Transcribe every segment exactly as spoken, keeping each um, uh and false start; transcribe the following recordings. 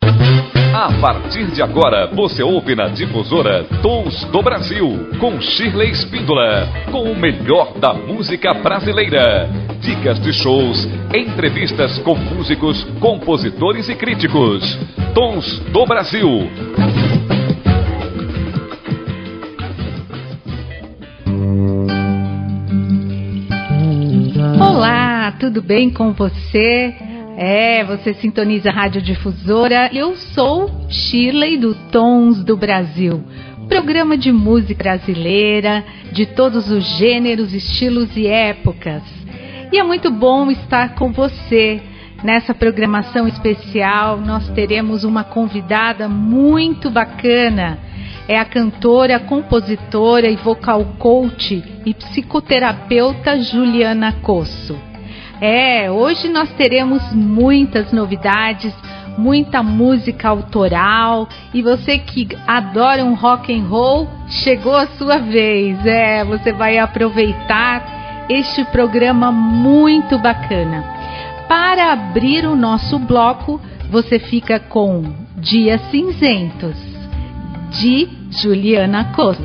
A partir de agora, você ouve na Difusora Tons do Brasil, com Shirley Espíndola, com o melhor da música brasileira. Dicas de shows, entrevistas com músicos, compositores e críticos. Tons do Brasil. Olá, tudo bem com você? É, você sintoniza a Rádio Difusora. Eu sou Shirley do Tons do Brasil, programa de música brasileira, de todos os gêneros, estilos e épocas. E é muito bom estar com você. Nessa programação especial, nós teremos uma convidada muito bacana. É a cantora, compositora e vocal coach e psicoterapeuta Juliana Cosso. É, hoje nós teremos muitas novidades, muita música autoral, e você que adora um rock and roll, chegou a sua vez. É, você vai aproveitar este programa muito bacana. Para abrir o nosso bloco, você fica com Dias Cinzentos, de Juliana Cosso.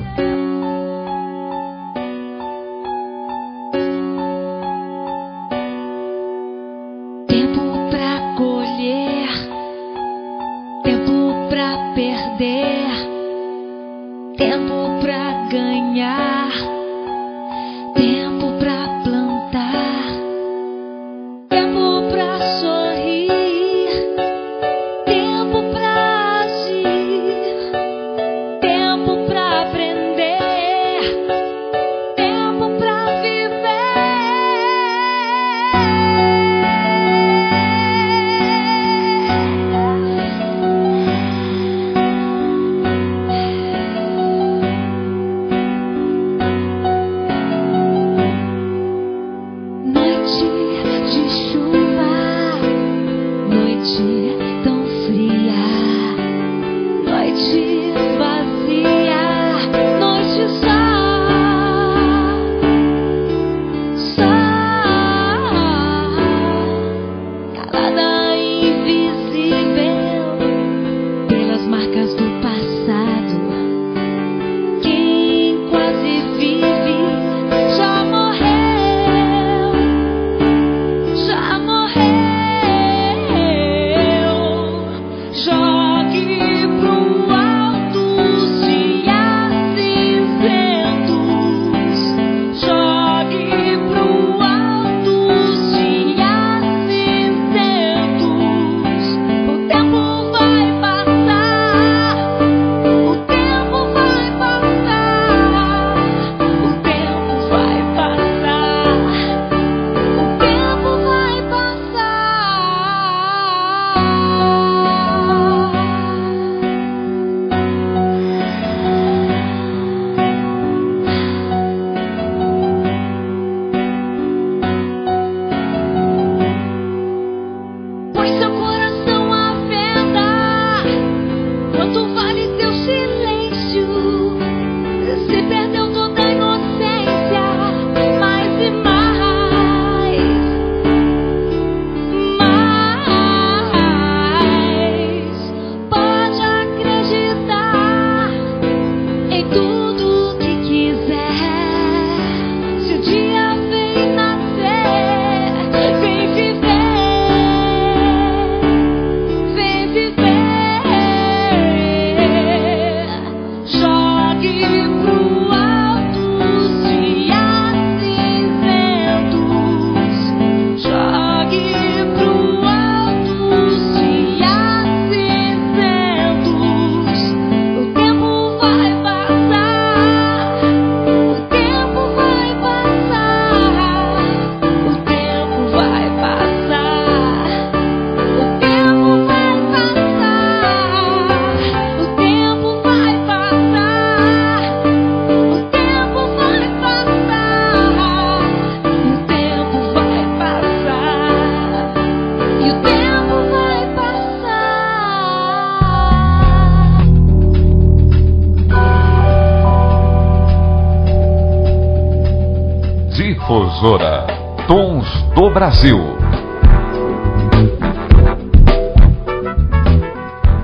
Difusora Tons do Brasil.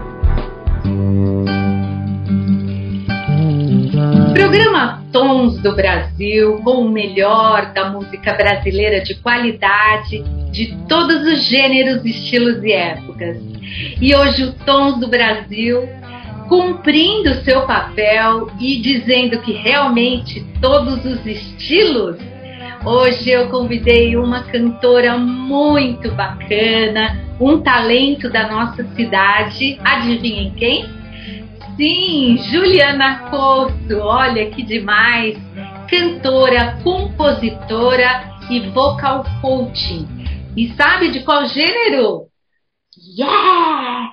Tons do Brasil, com o melhor da música brasileira de qualidade, de todos os gêneros, estilos e épocas. E hoje o Tons do Brasil, cumprindo seu papel e dizendo que realmente todos os estilos, hoje eu convidei uma cantora muito bacana, um talento da nossa cidade. Adivinhem quem? Sim, Juliana Costo, olha que demais, cantora, compositora e vocal coaching. E sabe de qual gênero? Yeah!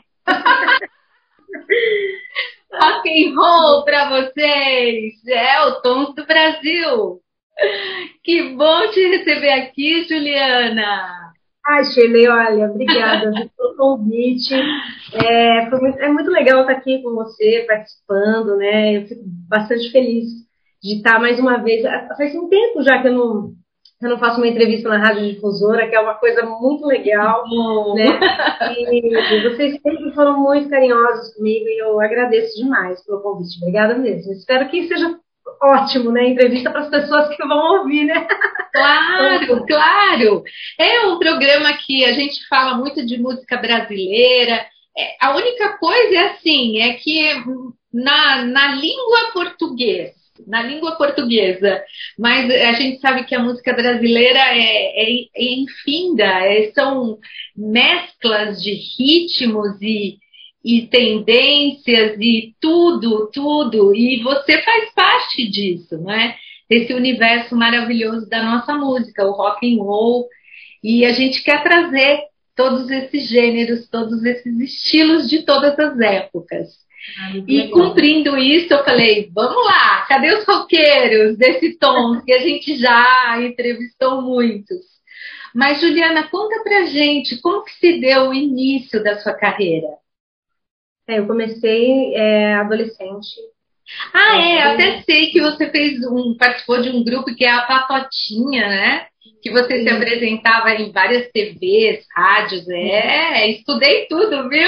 Rock and roll pra vocês, é o Tons do Brasil. Que bom te receber aqui, Juliana. Ai, Shirley, olha, obrigada pelo convite. É, foi muito, é muito legal estar aqui com você, participando, né? Eu fico bastante feliz de estar mais uma vez. Faz um tempo já que eu não, eu não faço uma entrevista na Rádio Difusora, que é uma coisa muito legal, oh. né? E vocês sempre foram muito carinhosos comigo e eu agradeço demais pelo convite. Obrigada mesmo. Espero que seja ótimo, né? Entrevista para as pessoas que vão ouvir, né? Claro, claro. É um programa que a gente fala muito de música brasileira. É, a única coisa é assim, é que na, na língua portuguesa, na língua portuguesa, mas a gente sabe que a música brasileira é, é, é infinda, é, são mesclas de ritmos e e tendências e tudo, tudo, e você faz parte disso, né? Desse universo maravilhoso da nossa música, o rock and roll, e a gente quer trazer todos esses gêneros, todos esses estilos de todas as épocas. Ah, e cumprindo isso, eu falei, vamos lá, cadê os roqueiros desse tom que a gente já entrevistou muitos? Mas, Juliana, conta pra gente como que se deu o início da sua carreira? É, eu comecei é, adolescente. Ah, é, eu até sei que você fez um, participou de um grupo que é a Patotinha, né? Que você Sim. se apresentava em várias T Vs, rádios, é, estudei tudo, viu?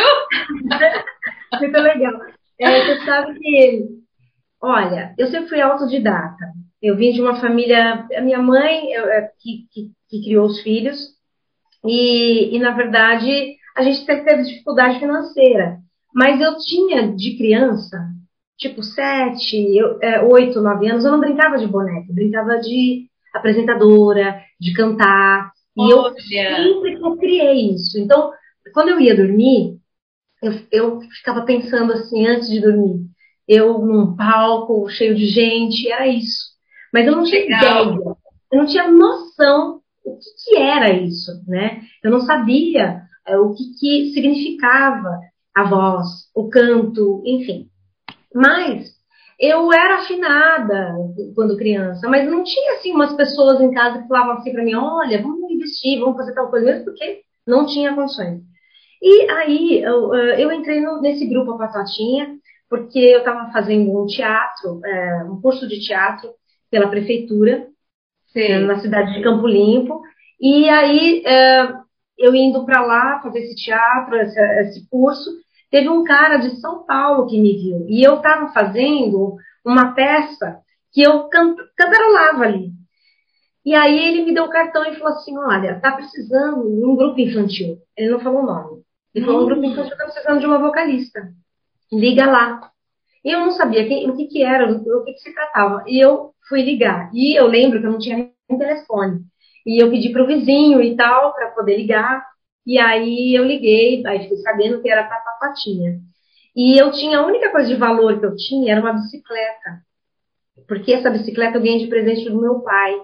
Muito legal. É, você sabe que, olha, eu sempre fui autodidata. Eu vim de uma família, a minha mãe eu, que, que, que criou os filhos, e, e na verdade a gente sempre teve dificuldade financeira. Mas eu tinha, de criança, tipo sete, eu, é, oito, nove anos, eu não brincava de boneca, eu brincava de apresentadora, de cantar. E Olha. eu sempre eu criei isso. Então, quando eu ia dormir, eu, eu ficava pensando assim, antes de dormir, eu num palco cheio de gente, era isso. Mas eu não tinha Legal. ideia, eu não tinha noção o que, que era isso, né? Eu não sabia é, o que, que significava a voz, o canto, enfim. Mas eu era afinada quando criança, mas não tinha assim umas pessoas em casa que falavam assim para mim, olha, vamos investir, vamos fazer tal coisa, mesmo porque não tinha condições. E aí eu, eu entrei no, nesse grupo A Patotinha, porque eu estava fazendo um teatro, é, um curso de teatro pela prefeitura, é, na cidade de Campo Limpo, e aí é, eu indo para lá fazer esse teatro, esse, esse curso, teve um cara de São Paulo que me viu. E eu estava fazendo uma peça que eu can cantarolava ali. E aí ele me deu o cartão e falou assim, olha, tá precisando de um grupo infantil. Ele não falou o nome. Ele falou, um grupo infantil tá precisando de uma vocalista. Liga lá. E eu não sabia quem, o que que era, o que que se tratava. E eu fui ligar. E eu lembro que eu não tinha nem telefone. E eu pedi pro vizinho e tal, para poder ligar. E aí eu liguei, aí fiquei sabendo que era para Patotinha. E eu tinha, a única coisa de valor que eu tinha era uma bicicleta. Porque essa bicicleta eu ganhei de presente do meu pai.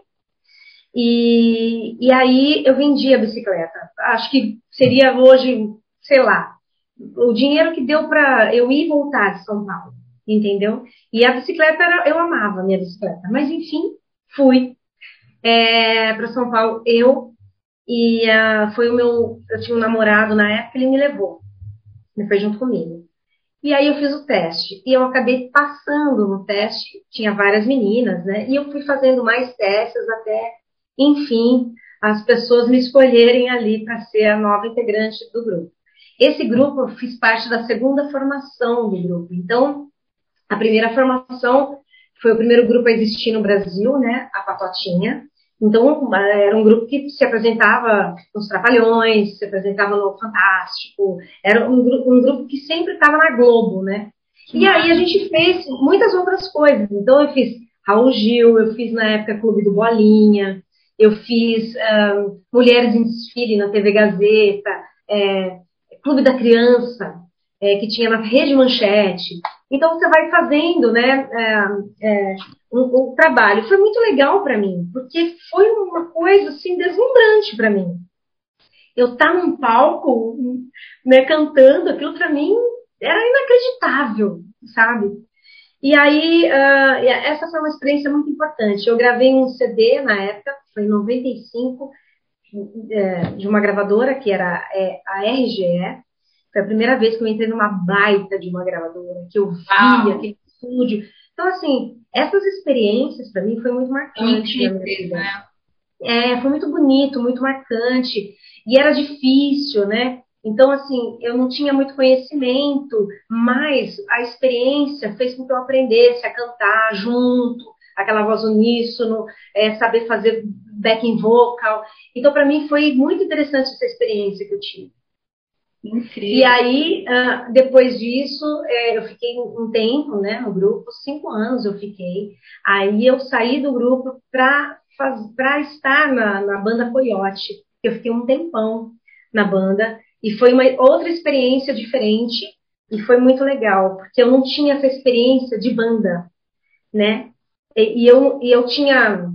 E, e aí eu vendi a bicicleta. Acho que seria hoje, sei lá, o dinheiro que deu para eu ir e voltar de São Paulo. Entendeu? E a bicicleta, era, eu amava a minha bicicleta. Mas enfim, fui é, para São Paulo, eu... E uh, foi o meu... Eu tinha um namorado na época, ele me levou. Ele foi junto comigo. E aí eu fiz o teste. E eu acabei passando no teste. Tinha várias meninas, né? E eu fui fazendo mais testes até, enfim, as pessoas me escolherem ali para ser a nova integrante do grupo. Esse grupo, eu fiz parte da segunda formação do grupo. Então, a primeira formação foi o primeiro grupo a existir no Brasil, né? A Patotinha. Então, era um grupo que se apresentava nos Trapalhões, se apresentava no Fantástico. Era um, grupo, um grupo que sempre estava na Globo, né? E aí a gente fez muitas outras coisas. Então, eu fiz Raul Gil, eu fiz na época Clube do Bolinha, eu fiz um, Mulheres em Desfile na T V Gazeta, é, Clube da Criança, é, que tinha na Rede Manchete. Então, você vai fazendo, né, é, é, um, um trabalho. Foi muito legal para mim, porque foi uma coisa, assim, deslumbrante para mim. Eu estar num palco, né, cantando, aquilo para mim era inacreditável, sabe? E aí, uh, essa foi uma experiência muito importante. Eu gravei um C D na época, foi em noventa e cinco, de uma gravadora, que era a R G E. Foi a primeira vez que eu entrei numa baita de uma gravadora, que eu via aquele estúdio. Então, assim, essas experiências, para mim, foi muito marcante. Muito difícil, né? É, foi muito bonito, muito marcante. E era difícil, né? Então, assim, eu não tinha muito conhecimento, mas a experiência fez com que eu aprendesse a cantar junto, aquela voz uníssono, é, saber fazer backing vocal. Então, para mim, foi muito interessante essa experiência que eu tive. Incrível. E aí, uh, depois disso, é, eu fiquei um tempo, né, no grupo, cinco anos eu fiquei. Aí eu saí do grupo para estar na, na banda Coyote. Eu fiquei um tempão na banda e foi uma outra experiência diferente e foi muito legal, porque eu não tinha essa experiência de banda, né? E, e, eu, e eu tinha,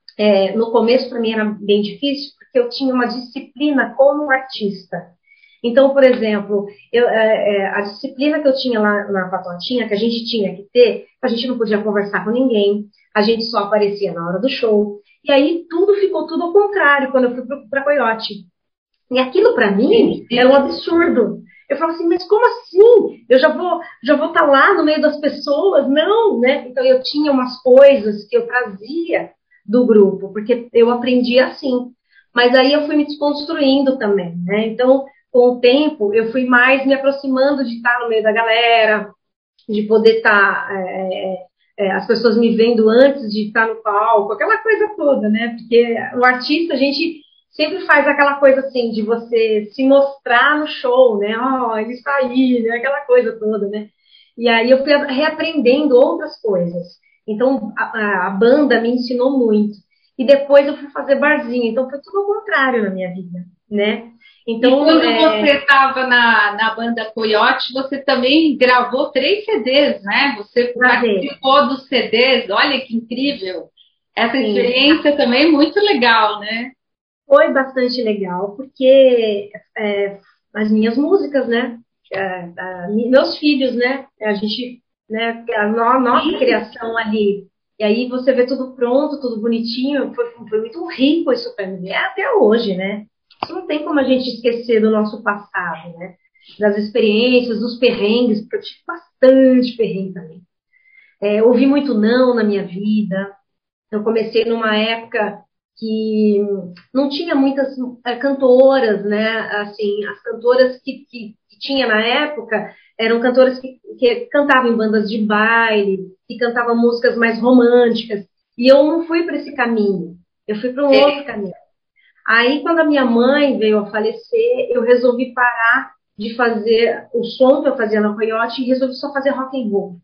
é, no começo para mim era bem difícil, porque eu tinha uma disciplina como artista. Então, por exemplo, eu, é, a disciplina que eu tinha lá na Patotinha, que a gente tinha que ter, a gente não podia conversar com ninguém, a gente só aparecia na hora do show. E aí tudo ficou tudo ao contrário quando eu fui para Coyote. E aquilo para mim era um absurdo. Eu falava assim, mas como assim? Eu já vou já vou estar lá no meio das pessoas? Não, né? Então eu tinha umas coisas que eu trazia do grupo, porque eu aprendi assim. Mas aí eu fui me desconstruindo também, né? Então, com o tempo, eu fui mais me aproximando de estar no meio da galera, de poder estar, é, é, as pessoas me vendo antes de estar no palco, aquela coisa toda, né? Porque o artista, a gente sempre faz aquela coisa assim, de você se mostrar no show, né? Oh, ele está aí, né? Aquela coisa toda, né? E aí eu fui reaprendendo outras coisas. Então, a, a banda me ensinou muito. E depois eu fui fazer barzinho, então foi tudo ao contrário na minha vida, né? Então, e quando é... você estava na, na banda Coyote, você também gravou três C Ds, né? Você participou dos C Ds, olha que incrível. Essa Sim. experiência também é muito legal, né? Foi bastante legal, porque é, as minhas músicas, né? É, a, meus filhos, né? A gente, né? A nossa Sim. criação ali. E aí você vê tudo pronto, tudo bonitinho. Foi, foi muito rico isso para mim, é até hoje, né? Não tem como a gente esquecer do nosso passado, né? Das experiências, dos perrengues, porque eu tive bastante perrengue também. É, ouvi muito não na minha vida. Eu comecei numa época que não tinha muitas é, cantoras, né? Assim, as cantoras que, que, que tinha na época eram cantoras que, que cantavam em bandas de baile, que cantavam músicas mais românticas. E eu não fui para esse caminho. Eu fui para um é. outro caminho. Aí, quando a minha mãe veio a falecer, eu resolvi parar de fazer o som que eu fazia na Coyote e resolvi só fazer rock and roll.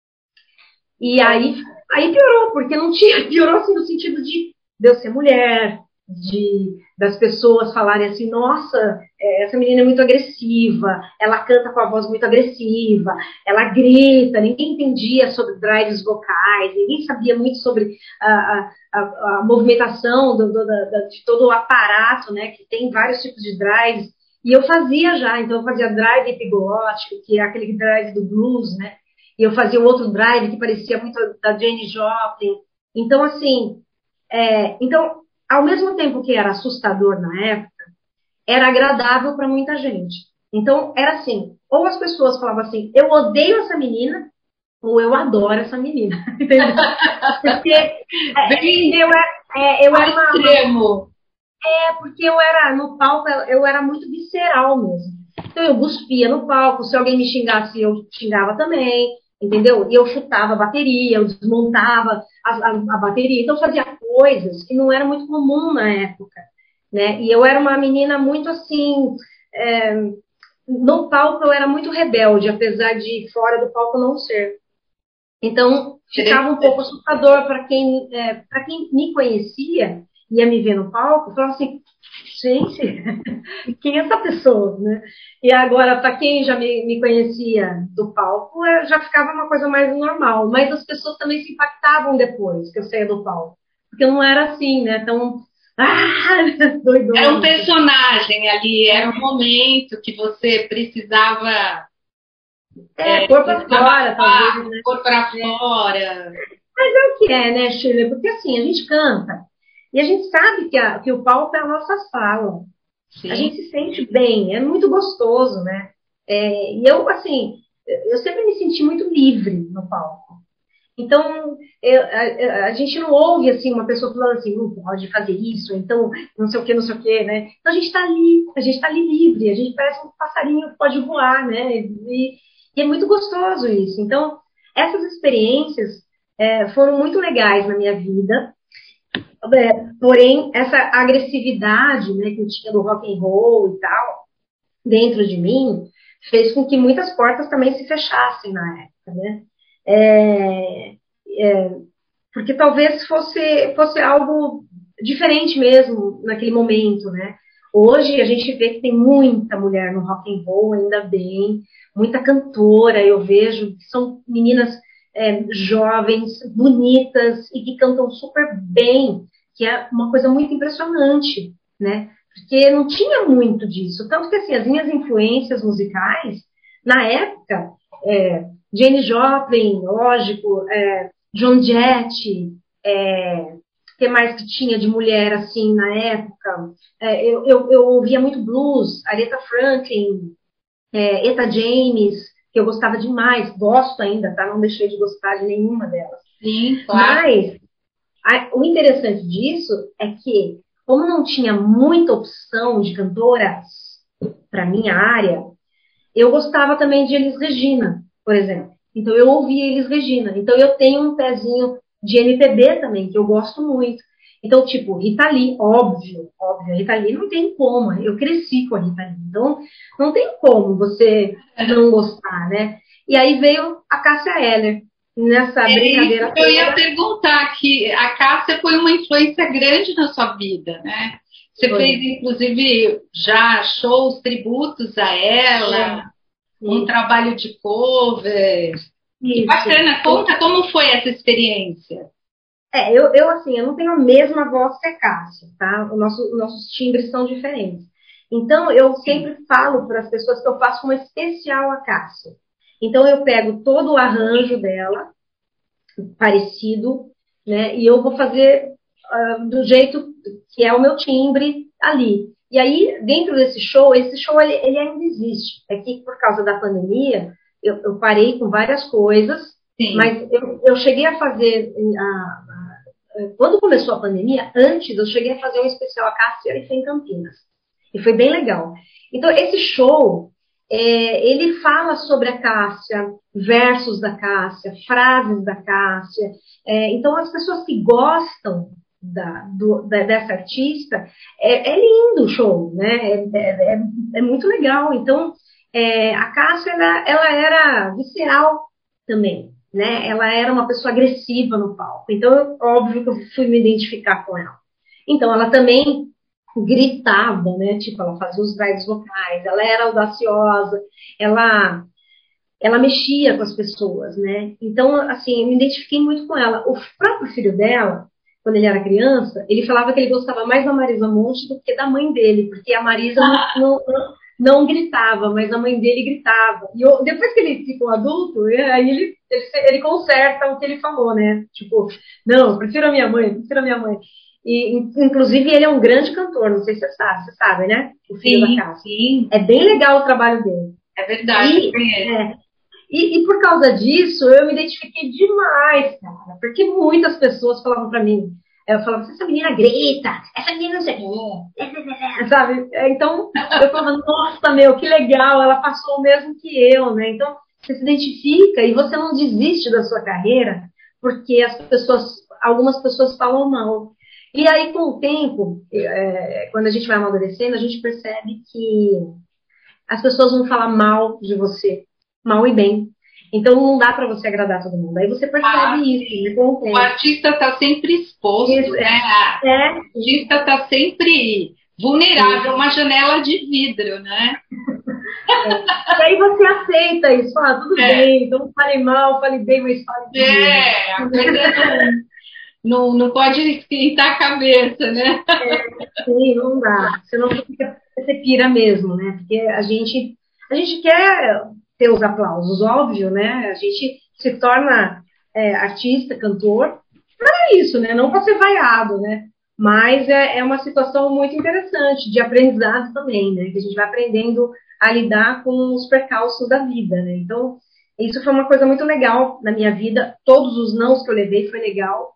E aí, aí piorou, porque não tinha, piorou assim no sentido de, de eu ser mulher, de das pessoas falarem assim, nossa, essa menina é muito agressiva, ela canta com a voz muito agressiva, ela grita, ninguém entendia sobre drives vocais, ninguém sabia muito sobre a, a, a, a movimentação do, do, da, de todo o aparato, né, que tem vários tipos de drives, e eu fazia já, então eu fazia drive epigótico, que é aquele drive do blues, né, e eu fazia outro drive que parecia muito da Janis Joplin, então assim, é, então ao mesmo tempo que era assustador na época, era agradável para muita gente. Então, era assim, ou as pessoas falavam assim, eu odeio essa menina, ou eu adoro essa menina. Entendeu? Porque é, eu, é, eu era uma... extremo. É, porque eu era, no palco, eu era muito visceral mesmo. Então, eu cuspia no palco, se alguém me xingasse, eu xingava também. entendeu? E eu chutava a bateria, eu desmontava a, a, a bateria, então eu fazia coisas que não era muito comum na época, né? E eu era uma menina muito assim, é, no palco eu era muito rebelde, apesar de fora do palco não ser. Então ficava um pouco assustador para quem, é, para quem me conhecia, ia me ver no palco, falava assim, gente, quem é essa pessoa, né? E agora, para quem já me, me conhecia do palco, já ficava uma coisa mais normal. Mas as pessoas também se impactavam depois que eu saía do palco. Porque eu não era assim, né? Tão... Ah, doidona. Era um personagem ali, era um momento que você precisava... É, é pôr pra fora, talvez. Né? Pôr pra fora. Mas é o que é, né, Shirley? Porque assim, a gente canta. E a gente sabe que, a, que o palco é a nossa sala. Sim. A gente se sente bem, é muito gostoso, né? É, e eu, assim, eu sempre me senti muito livre no palco. Então, eu, a, a gente não ouve, assim, uma pessoa falando assim, não pode fazer isso, então, não sei o que, não sei o que, né? Então, a gente tá ali, a gente tá ali livre, a gente parece um passarinho que pode voar, né? E, e é muito gostoso isso. Então, essas experiências é, foram muito legais na minha vida. É, porém, essa agressividade, né, que eu tinha do rock and roll e tal, dentro de mim, fez com que muitas portas também se fechassem na época, né? É, é, porque talvez fosse, fosse algo diferente mesmo naquele momento, né? Hoje a gente vê que tem muita mulher no rock and roll, ainda bem, muita cantora, eu vejo que são meninas é, jovens, bonitas e que cantam super bem, que é uma coisa muito impressionante, né? Porque não tinha muito disso. Tanto que, assim, as minhas influências musicais, na época, é, Jane Joplin, lógico, é, Joan Jett, é, o que mais que tinha de mulher, assim, na época? É, eu, eu, eu ouvia muito blues, Aretha Franklin, é, Etta James, que eu gostava demais, gosto ainda, tá? Não deixei de gostar de nenhuma delas. Sim, claro. Mas a, o interessante disso é que, como não tinha muita opção de cantoras para minha área, eu gostava também de Elis Regina, por exemplo. Então eu ouvia Elis Regina. Então eu tenho um pezinho de M P B também, que eu gosto muito. Então, tipo, Rita Lee, óbvio, óbvio, a Rita Lee não tem como, eu cresci com a Rita Lee, então não tem como você não gostar, né? E aí veio a Cássia Eller, nessa é brincadeira toda. Eu ia perguntar que a Cássia foi uma influência grande na sua vida, né? Você foi. Fez, inclusive, já shows, tributos a ela, é. um trabalho de cover. Isso. Que bacana, conta como foi essa experiência. É, eu, eu assim, eu não tenho a mesma voz que a Cássia, tá? O nosso, nossos timbres são diferentes. Então, eu sempre falo para as pessoas que eu faço uma especial a Cássia. Então, eu pego todo o arranjo dela, parecido, né? E eu vou fazer uh, do jeito que é o meu timbre ali. E aí, dentro desse show, esse show ele, ele ainda existe. É que, por causa da pandemia, eu, eu parei com várias coisas, Sim. mas eu, eu cheguei a fazer... A, a, quando começou a pandemia, antes eu cheguei a fazer um especial a Cássia e foi em Campinas. E foi bem legal. Então, esse show, é, ele fala sobre a Cássia, versos da Cássia, frases da Cássia. É, então, as pessoas que gostam da, do, da, dessa artista, é, é lindo o show, né? É, é, é muito legal. Então, é, a Cássia, ela, ela era visceral também. Né? Ela era uma pessoa agressiva no palco. Então, óbvio que eu fui me identificar com ela. Então, ela também gritava, né? Tipo, ela fazia os drives vocais, ela era audaciosa, ela, ela mexia com as pessoas, né? Então, assim, eu me identifiquei muito com ela. O próprio filho dela, quando ele era criança, ele falava que ele gostava mais da Marisa Monte do que da mãe dele, porque a Marisa não, não, não gritava, mas a mãe dele gritava. E eu, depois que ele ficou adulto, aí ele, ele, ele conserta o que ele falou, né? Tipo, não, eu prefiro a minha mãe, eu prefiro a minha mãe. E, inclusive, ele é um grande cantor, não sei se você sabe, você sabe, né? O filho sim, da Cássia. Sim. É bem legal o trabalho dele. É verdade. E, é, e, e por causa disso, eu me identifiquei demais, cara. Porque muitas pessoas falavam pra mim, eu falava, essa menina grita, essa menina não sei o quê, sabe? Então, eu falava, nossa, meu, que legal, ela passou o mesmo que eu, né? Então, você se identifica e você não desiste da sua carreira porque as pessoas, algumas pessoas falam mal. E aí, com o tempo, é, quando a gente vai amadurecendo, a gente percebe que as pessoas vão falar mal de você, mal e bem. Então, não dá para você agradar todo mundo. Aí você percebe ah, isso. Né, com o tempo. O artista está sempre exposto, isso, né? É. O artista está sempre vulnerável, uma janela de vidro, né? É. E aí você aceita isso, fala, tudo é. bem, então falei mal, falei bem, mas falei bem. É, a coisa não, não pode esquentar a cabeça, né? É, sim, não dá. Senão você, fica, você pira mesmo, né? Porque a gente, a gente quer ter os aplausos, óbvio, né? A gente se torna é, artista, cantor, para isso, né? Não para ser vaiado, né? Mas é, é uma situação muito interessante, de aprendizado também, né? Que a gente vai aprendendo a lidar com os percalços da vida, né? Então, isso foi uma coisa muito legal na minha vida. Todos os nãos que eu levei foi legal.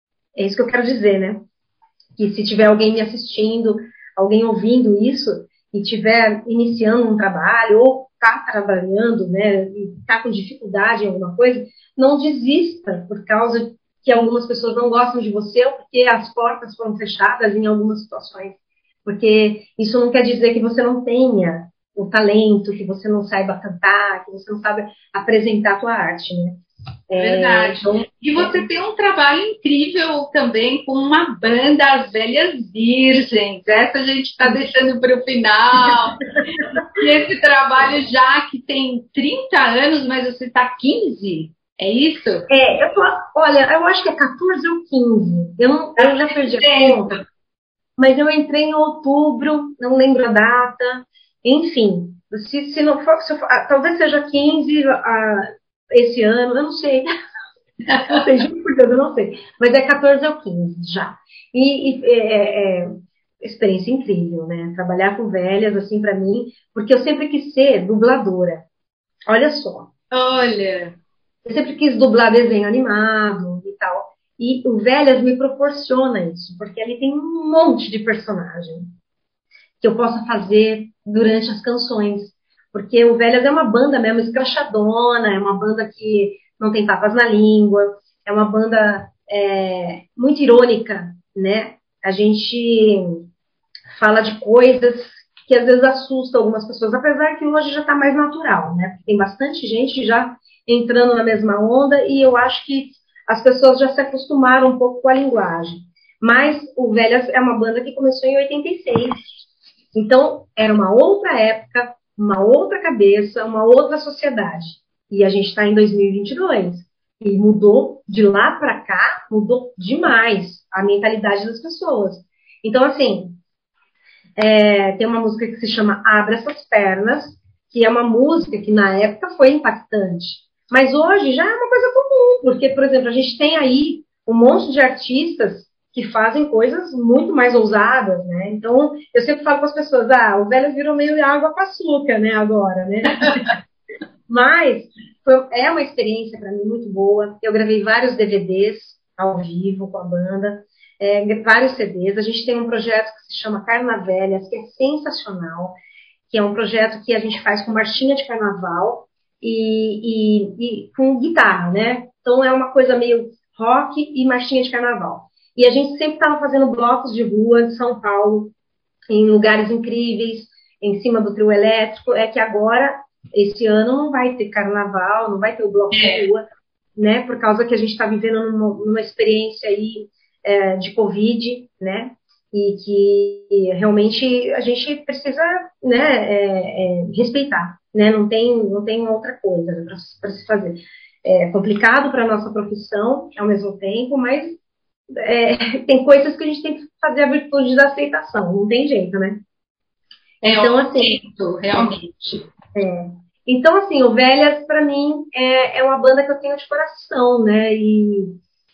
É isso que eu quero dizer, né? Que se tiver alguém me assistindo, alguém ouvindo isso, e tiver iniciando um trabalho, ou está trabalhando, né? E está com dificuldade em alguma coisa, não desista por causa que algumas pessoas não gostam de você, ou porque as portas foram fechadas em algumas situações. Porque isso não quer dizer que você não tenha o talento, que você não saiba cantar, que você não sabe apresentar a tua arte, né? Verdade. É, então, e você tem um trabalho incrível também com uma banda, As Velhas Virgens. Essa a gente está deixando para o final. E esse trabalho já que tem trinta anos, mas você está quinze? É isso? É, eu tô, olha, eu acho que é quatorze ou quinze. Eu, não, eu já perdi a conta. Mas eu entrei em outubro, não lembro a data. Enfim, se, se não for, se for ah, talvez seja quinze ah, esse ano, eu não sei. Não sei, juro por Deus, eu não sei. Mas é quatorze ou quinze já. E, e é, é experiência incrível, né? Trabalhar com velhas, assim, pra mim, porque eu sempre quis ser dubladora. Olha só. Olha. Eu sempre quis dublar desenho animado e tal. E o Velhas me proporciona isso, porque ali tem um monte de personagem que eu possa fazer durante as canções. Porque o Velhas é uma banda mesmo escrachadona, é uma banda que não tem papas na língua, é uma banda é, muito irônica, né? A gente fala de coisas que às vezes assustam algumas pessoas, apesar que hoje já está mais natural, né? Tem bastante gente já entrando na mesma onda e eu acho que as pessoas já se acostumaram um pouco com a linguagem. Mas o Velhas é uma banda que começou em oitenta e seis. Então, era uma outra época, uma outra cabeça, uma outra sociedade. E a gente está em dois mil e vinte e dois. E mudou de lá para cá, mudou demais a mentalidade das pessoas. Então, assim, é, tem uma música que se chama Abra Essas Pernas, que é uma música que na época foi impactante. Mas hoje já é uma coisa comum, porque, por exemplo, a gente tem aí um monte de artistas que fazem coisas muito mais ousadas, né? Então, eu sempre falo com as pessoas, ah, o Velhas virou meio água com açúcar, né, agora, né? Mas foi, é uma experiência para mim muito boa. Eu gravei vários D V Ds ao vivo com a banda, é, vários C Ds. A gente tem um projeto que se chama Carnavelhas, que é sensacional, que é um projeto que a gente faz com marchinha de carnaval e, e, e com guitarra, né? Então, é uma coisa meio rock e marchinha de carnaval. E a gente sempre estava fazendo blocos de rua em São Paulo, em lugares incríveis, em cima do trio elétrico. É que agora, esse ano, não vai ter carnaval, não vai ter o bloco de rua, né? Por causa que a gente está vivendo numa, numa experiência aí é, de Covid, né? E que realmente a gente precisa, né, é, é, respeitar, né? Não tem, não tem outra coisa para se fazer. É complicado para a nossa profissão, ao mesmo tempo, mas É, tem coisas que a gente tem que fazer a virtude da aceitação, não tem jeito, né? É então, assim, realmente. É. Então, assim, o Velhas, para mim, é, é uma banda que eu tenho de coração, né? E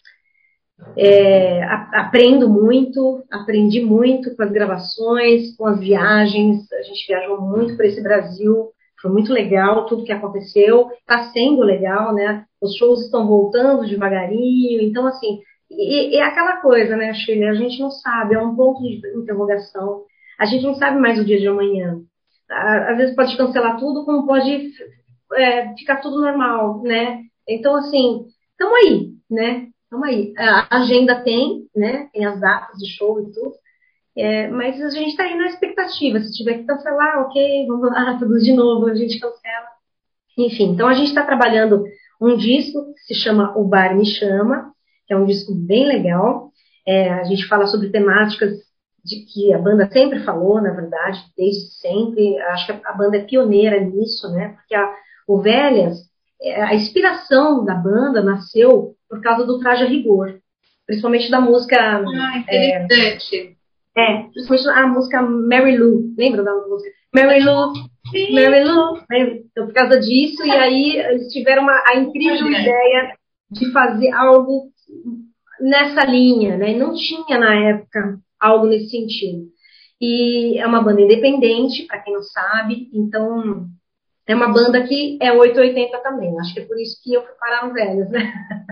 é, a, aprendo muito, aprendi muito com as gravações, com as viagens. A gente viajou muito para esse Brasil, foi muito legal tudo que aconteceu. Está sendo legal, né? Os shows estão voltando devagarinho, então, assim. E, e aquela coisa, né, Shirley? A gente não sabe, é um ponto de interrogação. A gente não sabe mais o dia de amanhã. Às vezes pode cancelar tudo, como pode é, ficar tudo normal, né? Então, assim, estamos aí, né? Estamos aí. A agenda tem, né? Tem as datas de show e tudo. É, mas a gente está aí na expectativa. Se tiver que cancelar, ok, vamos lá, tudo de novo, a gente cancela. Enfim, então a gente está trabalhando um disco que se chama O Bar Me Chama, que é um disco bem legal. É, a gente fala sobre temáticas de que a banda sempre falou, na verdade, desde sempre. Acho que a banda é pioneira nisso, né? Porque a, o Velhas, a inspiração da banda nasceu por causa do Traje a Rigor, principalmente da música... Ah, interessante. É, é, principalmente a música Mary Lou, lembra da música? Mary Lou, Sim. Mary Lou, então por causa disso, e aí eles tiveram uma, a incrível é. ideia de fazer algo nessa linha, né? Não tinha na época algo nesse sentido. E é uma banda independente, para quem não sabe, então é uma banda que é oitocentos e oitenta também. Acho que é por isso que eu fui parar no Velhas, né?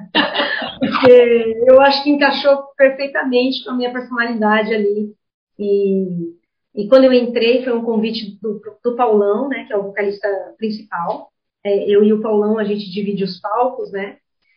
Porque eu acho que encaixou perfeitamente com a minha personalidade ali. E, e quando eu entrei, foi um convite do, do Paulão, né? Que é o vocalista principal. É, eu e o Paulão, a gente divide os palcos, né?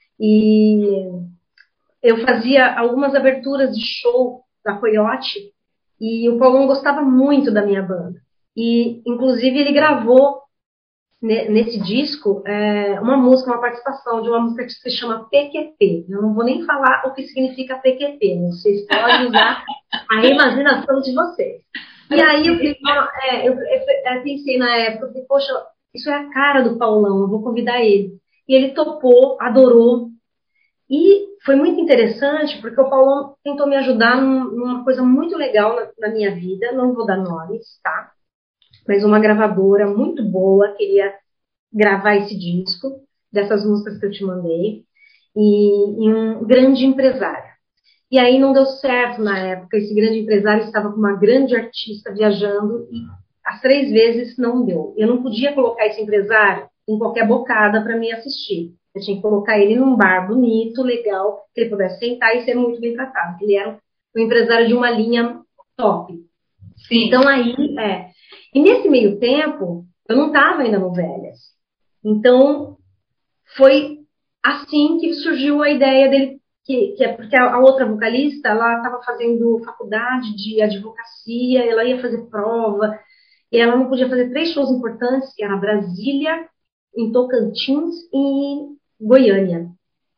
E eu fazia algumas aberturas de show da Coyote e o Paulão gostava muito da minha banda. E, inclusive, ele gravou nesse disco é, uma música, uma participação de uma música que se chama P Q P. Eu não vou nem falar o que significa P Q P, né? Vocês podem usar a imaginação de vocês. E aí eu, é, eu, eu, eu pensei na época, eu falei, poxa, isso é a cara do Paulão, eu vou convidar ele. E ele topou, adorou. E foi muito interessante, porque o Paulão tentou me ajudar numa coisa muito legal na, na minha vida, não vou dar nomes, tá? Mas uma gravadora muito boa queria gravar esse disco, dessas músicas que eu te mandei, e, e um grande empresário. E aí não deu certo na época, esse grande empresário estava com uma grande artista viajando, e as três vezes não deu. Eu não podia colocar esse empresário em qualquer bocada para me assistir. Eu tinha que colocar ele num bar bonito, legal, que ele pudesse sentar e ser muito bem tratado. Ele era um empresário de uma linha top. Sim. Então aí, é... E nesse meio tempo, eu não estava ainda no Velhas. Então, foi assim que surgiu a ideia dele, que, que é porque a, a outra vocalista, ela estava fazendo faculdade de advocacia, ela ia fazer prova, e ela não podia fazer três shows importantes, que era Brasília, em Tocantins e em Goiânia.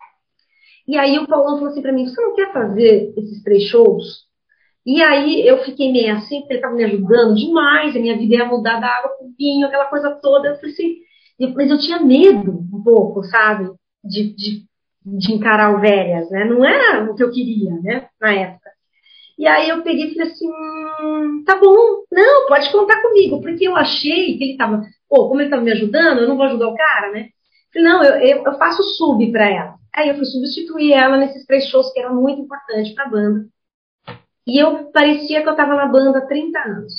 E aí o Paulão falou assim para mim, você não quer fazer esses três shows? E aí eu fiquei meio assim, porque ele estava me ajudando demais, a minha vida ia mudar da água para o vinho, aquela coisa toda. Eu falei assim, mas eu tinha medo um pouco, sabe, de, de, de encarar o Velhas, né? Não era o que eu queria, né, na época. E aí eu peguei e falei assim, hum, tá bom, não, pode contar comigo, porque eu achei que ele estava, pô, como ele estava me ajudando, eu não vou ajudar o cara, né? Eu falei, não, eu, eu, eu faço sub para ela. Aí eu fui substituir ela nesses três shows que eram muito importantes para a banda. E eu parecia que eu estava na banda há trinta anos.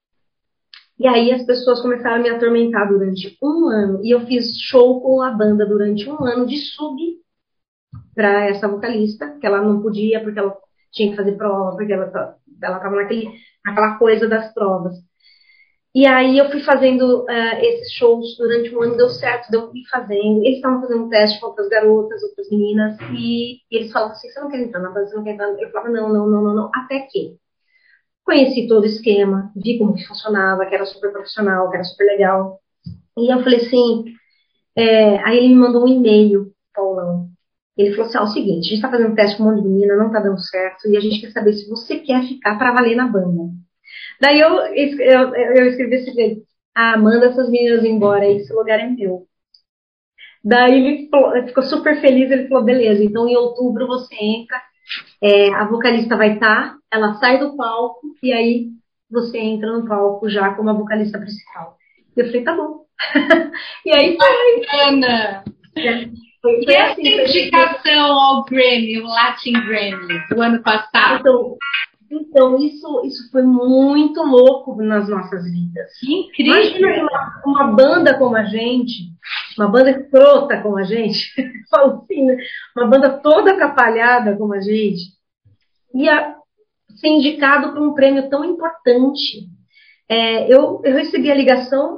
E aí as pessoas começaram a me atormentar durante um ano. E eu fiz show com a banda durante um ano de sub para essa vocalista, que ela não podia, porque ela tinha que fazer prova, porque ela estava naquele, naquela coisa das provas. E aí eu fui fazendo uh, esses shows durante um ano, deu certo, deu fui fazendo. Eles estavam fazendo um teste com outras garotas, outras meninas, e, e eles falavam assim, você não quer entrar na banda, você não quer entrar? Eu falava, não, não, não, não, não, até que conheci todo o esquema, vi como que funcionava, que era super profissional, que era super legal. E eu falei assim, é, aí ele me mandou um e-mail, Paulão. Ele falou assim, ah, é o seguinte, a gente está fazendo um teste com um monte de menina, não está dando certo, e a gente quer saber se você quer ficar para valer na banda. Daí eu, eu, eu escrevi esse jeito, ah, manda essas meninas embora, esse lugar é meu. Daí ele, falou, ele ficou super feliz, ele falou, beleza, então em outubro você entra, é, a vocalista vai estar, ela sai do palco, e aí você entra no palco já como a vocalista principal. E eu falei, tá bom. E aí foi. Ana! É, foi, e foi essa assim, indicação ao Grammy, o Latin Grammy, do ano passado? Então, Então, isso, isso foi muito louco nas nossas vidas. Incrível! Imagina uma, uma banda como a gente, uma banda escrota como a gente, falo assim, né? Uma banda toda atrapalhada como a gente, ia ser indicado para um prêmio tão importante. É, eu, eu recebi a ligação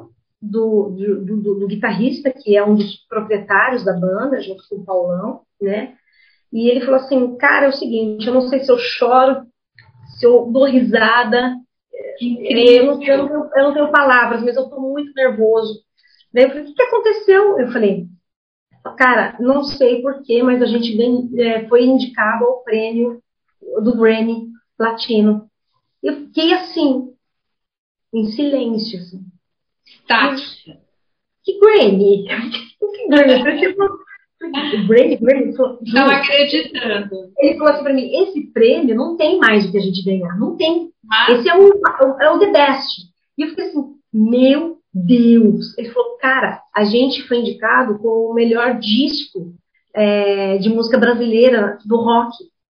do, do, do, do guitarrista, que é um dos proprietários da banda, junto com o Paulão, né? E ele falou assim, cara, é o seguinte, eu não sei se eu choro, se eu dou risada, eu não, eu, não tenho, eu não tenho palavras, mas eu tô muito nervoso. Daí eu falei, o que, que aconteceu? Eu falei, cara, não sei porquê, mas a gente ganha, é, foi indicado ao prêmio do Grammy Latino. Eu fiquei assim, em silêncio. Assim. Tá. Que Grammy? Que Grammy? Tipo, Grammy, Grammy. Estava acreditando. Ele falou assim pra mim, esse prêmio não tem mais o que a gente ganhar. Não tem. Ah. Esse é o, é o The Best. E eu fiquei assim, meu Deus. Ele falou, cara, a gente foi indicado como o melhor disco é, de música brasileira do rock.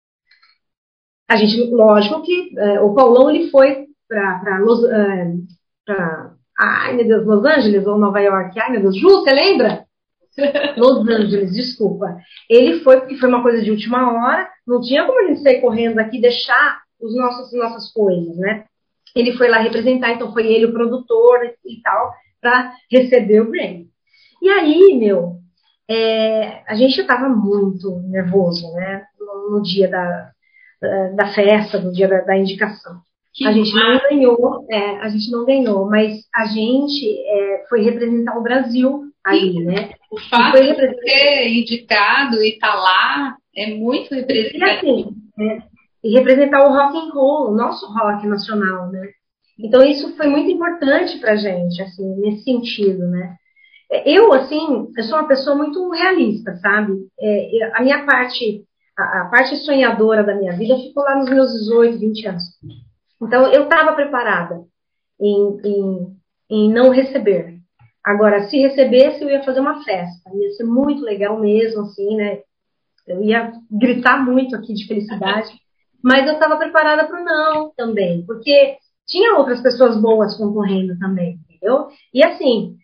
A gente, lógico que é, o Paulão ele foi para Los, é, pra, ai meu Deus, Los Angeles ou Nova York, ai meu Deus, Ju, você lembra? Los Angeles, desculpa. Ele foi porque foi uma coisa de última hora, não tinha como a gente sair correndo aqui e deixar os nossos, nossas coisas, né? Ele foi lá representar, então foi ele o produtor e tal, para receber o Grammy. E aí, meu, é, a gente estava muito nervoso, né? No, no dia da, da festa, no dia da, da indicação. Que a gente não ganhou, é, a gente não ganhou, mas a gente é, foi representar o Brasil ali, né? O fato de ser indicado e estar tá lá é muito representativo. E assim, é, e representar o rock and roll, o nosso rock nacional, né? Então isso foi muito importante pra gente, assim, nesse sentido, né? Eu, assim, eu sou uma pessoa muito realista, sabe? É, a minha parte, a, a parte sonhadora da minha vida ficou lá nos meus dezoito, vinte anos. Então eu estava preparada em, em, em não receber. Agora, se recebesse, eu ia fazer uma festa. Ia ser muito legal mesmo, assim, né? Eu ia gritar muito aqui de felicidade. Mas eu estava preparada para o não também. Porque tinha outras pessoas boas concorrendo também, entendeu? E assim,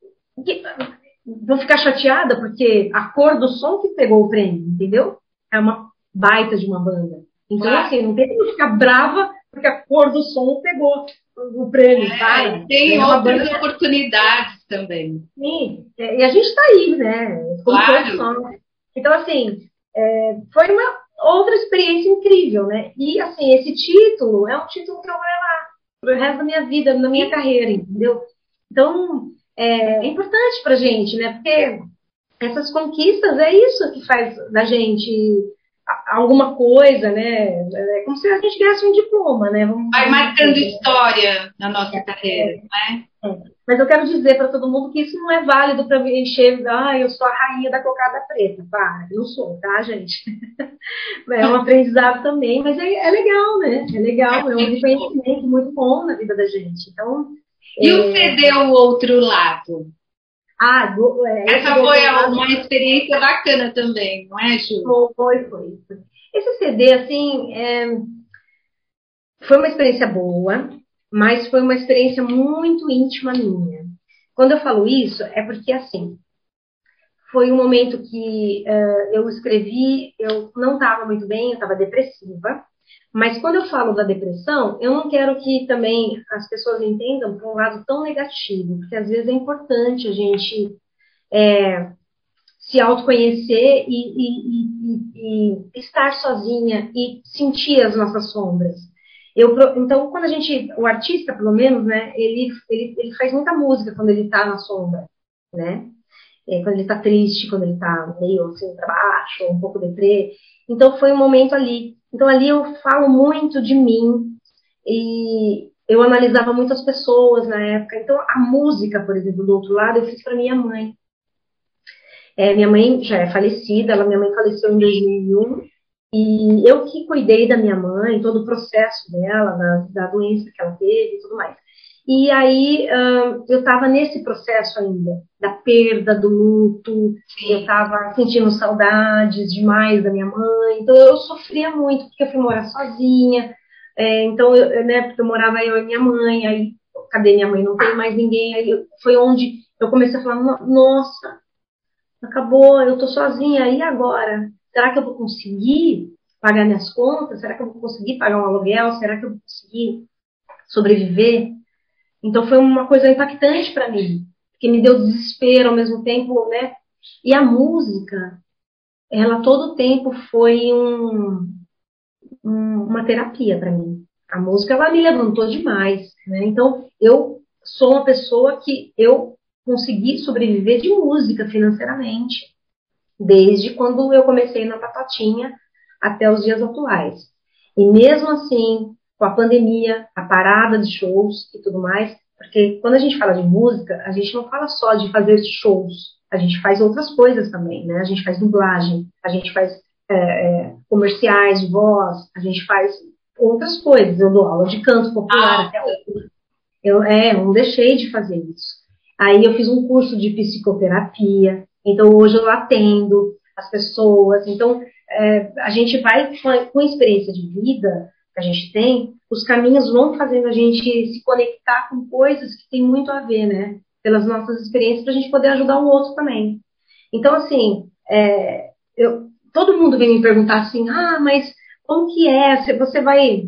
vou ficar chateada porque a cor do som que pegou o prêmio, entendeu? É uma baita de uma banda. Então, claro. Assim, não tem que ficar brava porque a cor do som pegou o prêmio, é, tá? Tem é outras banda... oportunidades também. Sim, e a gente está aí, né? Claro. Então, assim, é, foi uma outra experiência incrível, né? E, assim, esse título é um título que eu vou levar pro resto da minha vida, na minha carreira, entendeu? Então, é, é importante pra gente, né? Porque essas conquistas é isso que faz da gente alguma coisa, né? É como se a gente ganhasse um diploma, né? Vamos Vai marcando dizer. História na nossa é, carreira, né? É. Mas eu quero dizer para todo mundo que isso não é válido para encher, ah, eu sou a rainha da cocada preta. Para, eu não sou, tá, gente? É um aprendizado também, mas é, é legal, né? É legal, é um reconhecimento muito bom na vida da gente. Então, e é... o C D, o outro lado? Ah, do, é, essa foi lado... uma experiência bacana também, não é, Ju? Foi, foi, foi. Esse C D, assim, é... foi uma experiência boa, mas foi uma experiência muito íntima minha. Quando eu falo isso, é porque, assim, foi um momento que uh, eu escrevi, eu não estava muito bem, eu estava depressiva, mas quando eu falo da depressão, eu não quero que também as pessoas entendam por um lado tão negativo, porque às vezes é importante a gente é, se autoconhecer e, e, e, e estar sozinha e sentir as nossas sombras. Eu, então, quando a gente, o artista, pelo menos, né, ele, ele, ele faz muita música quando ele tá na sombra, né? É, quando ele tá triste, quando ele tá meio assim pra baixo, um pouco deprê. Então, foi um momento ali. Então, ali eu falo muito de mim e eu analisava muitas pessoas na época. Então, a música, por exemplo, do outro lado, eu fiz pra minha mãe. É, minha mãe já é falecida, ela, minha mãe faleceu em dois mil e um. E eu que cuidei da minha mãe, todo o processo dela, da, da doença que ela teve e tudo mais. E aí uh, eu estava nesse processo ainda, da perda, do luto, Sim. eu estava sentindo saudades demais da minha mãe, então eu sofria muito, porque eu fui morar sozinha, é, então, eu, né, porque eu morava eu e minha mãe, aí cadê minha mãe? Não tem mais ninguém, aí eu, foi onde eu comecei a falar, nossa, acabou, eu tô sozinha, e agora? Será que eu vou conseguir pagar minhas contas? Será que eu vou conseguir pagar um aluguel? Será que eu vou conseguir sobreviver? Então foi uma coisa impactante para mim. que me deu desespero ao mesmo tempo, né? E a música, ela todo o tempo foi um, um- uma terapia para mim. A música, ela me levantou demais, né? Então, eu sou uma pessoa que eu consegui sobreviver de música financeiramente, desde quando eu comecei na Batatinha até os dias atuais. E mesmo assim, com a pandemia, a parada de shows e tudo mais, porque quando a gente fala de música, a gente não fala só de fazer shows, a gente faz outras coisas também, né? A gente faz dublagem, a gente faz é, é, comerciais de voz, a gente faz outras coisas. Eu dou aula de canto popular até hoje. Eu, é, eu não deixei de fazer isso. Aí eu fiz um curso de psicoterapia, então hoje eu atendo as pessoas. Então, é, a gente vai, com a, com a experiência de vida que a gente tem, os caminhos vão fazendo a gente se conectar com coisas que tem muito a ver, né? Pelas nossas experiências, para a gente poder ajudar o outro também. Então, assim, é, eu, todo mundo vem me perguntar assim, ah, mas como que é? Se Você vai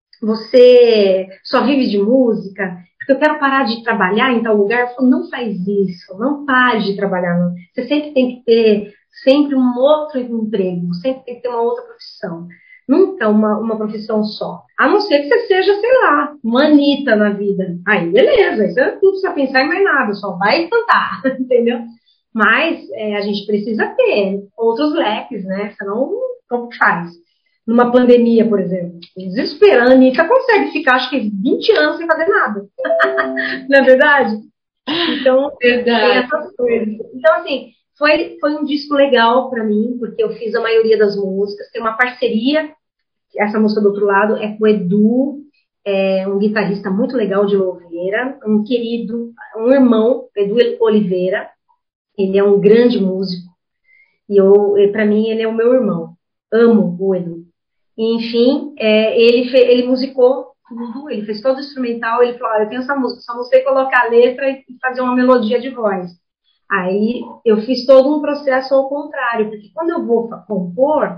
você só vive de música, porque eu quero parar de trabalhar em tal lugar. Eu falo, não faz isso, não pare de trabalhar. Não. Você sempre tem que ter sempre um outro emprego, sempre tem que ter uma outra profissão. Nunca uma, uma profissão só. A não ser que você seja, sei lá, uma Anitta na vida. Aí, beleza, aí você não precisa pensar em mais nada, só vai cantar, entendeu? Mas é, a gente precisa ter outros leques, né? Senão, como que faz? Numa pandemia, por exemplo. Desesperando, a Anitta consegue ficar, acho que vinte anos sem fazer nada. Não é verdade? Então, Verdade. tem essas coisas. Então, assim, foi, foi um disco legal pra mim, porque eu fiz a maioria das músicas. Tem uma parceria, essa música do outro lado é com o Edu, é um guitarrista muito legal de Louveira, um querido, um irmão, Edu Oliveira. Ele é um grande músico. E eu, para mim, ele é o meu irmão. Amo o Edu. E, enfim, é, ele, fe, ele musicou tudo, ele fez todo o instrumental. Ele falou: ah, eu tenho essa música, só não sei colocar a letra e fazer uma melodia de voz. Aí eu fiz todo um processo ao contrário, porque quando eu vou compor,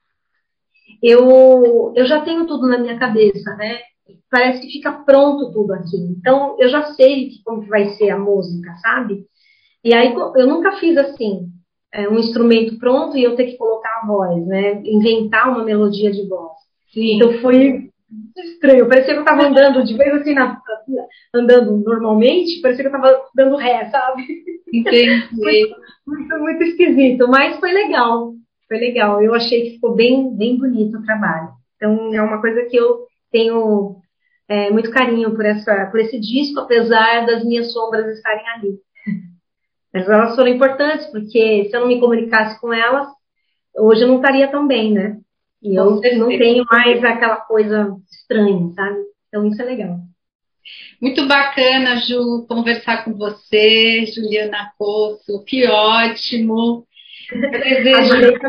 eu, eu já tenho tudo na minha cabeça, né? Parece que fica pronto tudo aqui. Então, eu já sei como que vai ser a música, sabe? E aí eu nunca fiz assim, é, um instrumento pronto e eu ter que colocar a voz, né? Inventar uma melodia de voz. Sim. Então foi estranho. Parecia que eu estava andando de vez assim, na, andando normalmente, parecia que eu estava dando ré, sabe? Entendi. Muito, muito, muito esquisito, mas foi legal. Foi legal. Eu achei que ficou bem, bem bonito o trabalho. Então é uma coisa que eu tenho é, muito carinho por, essa, por esse disco, apesar das minhas sombras estarem ali. Mas elas foram importantes, porque se eu não me comunicasse com elas, hoje eu não estaria tão bem, né? E eu não tenho mais aquela coisa estranha, sabe? Então isso é legal. Muito bacana, Ju, conversar com você, Juliana Cosso, que ótimo. Eu desejo,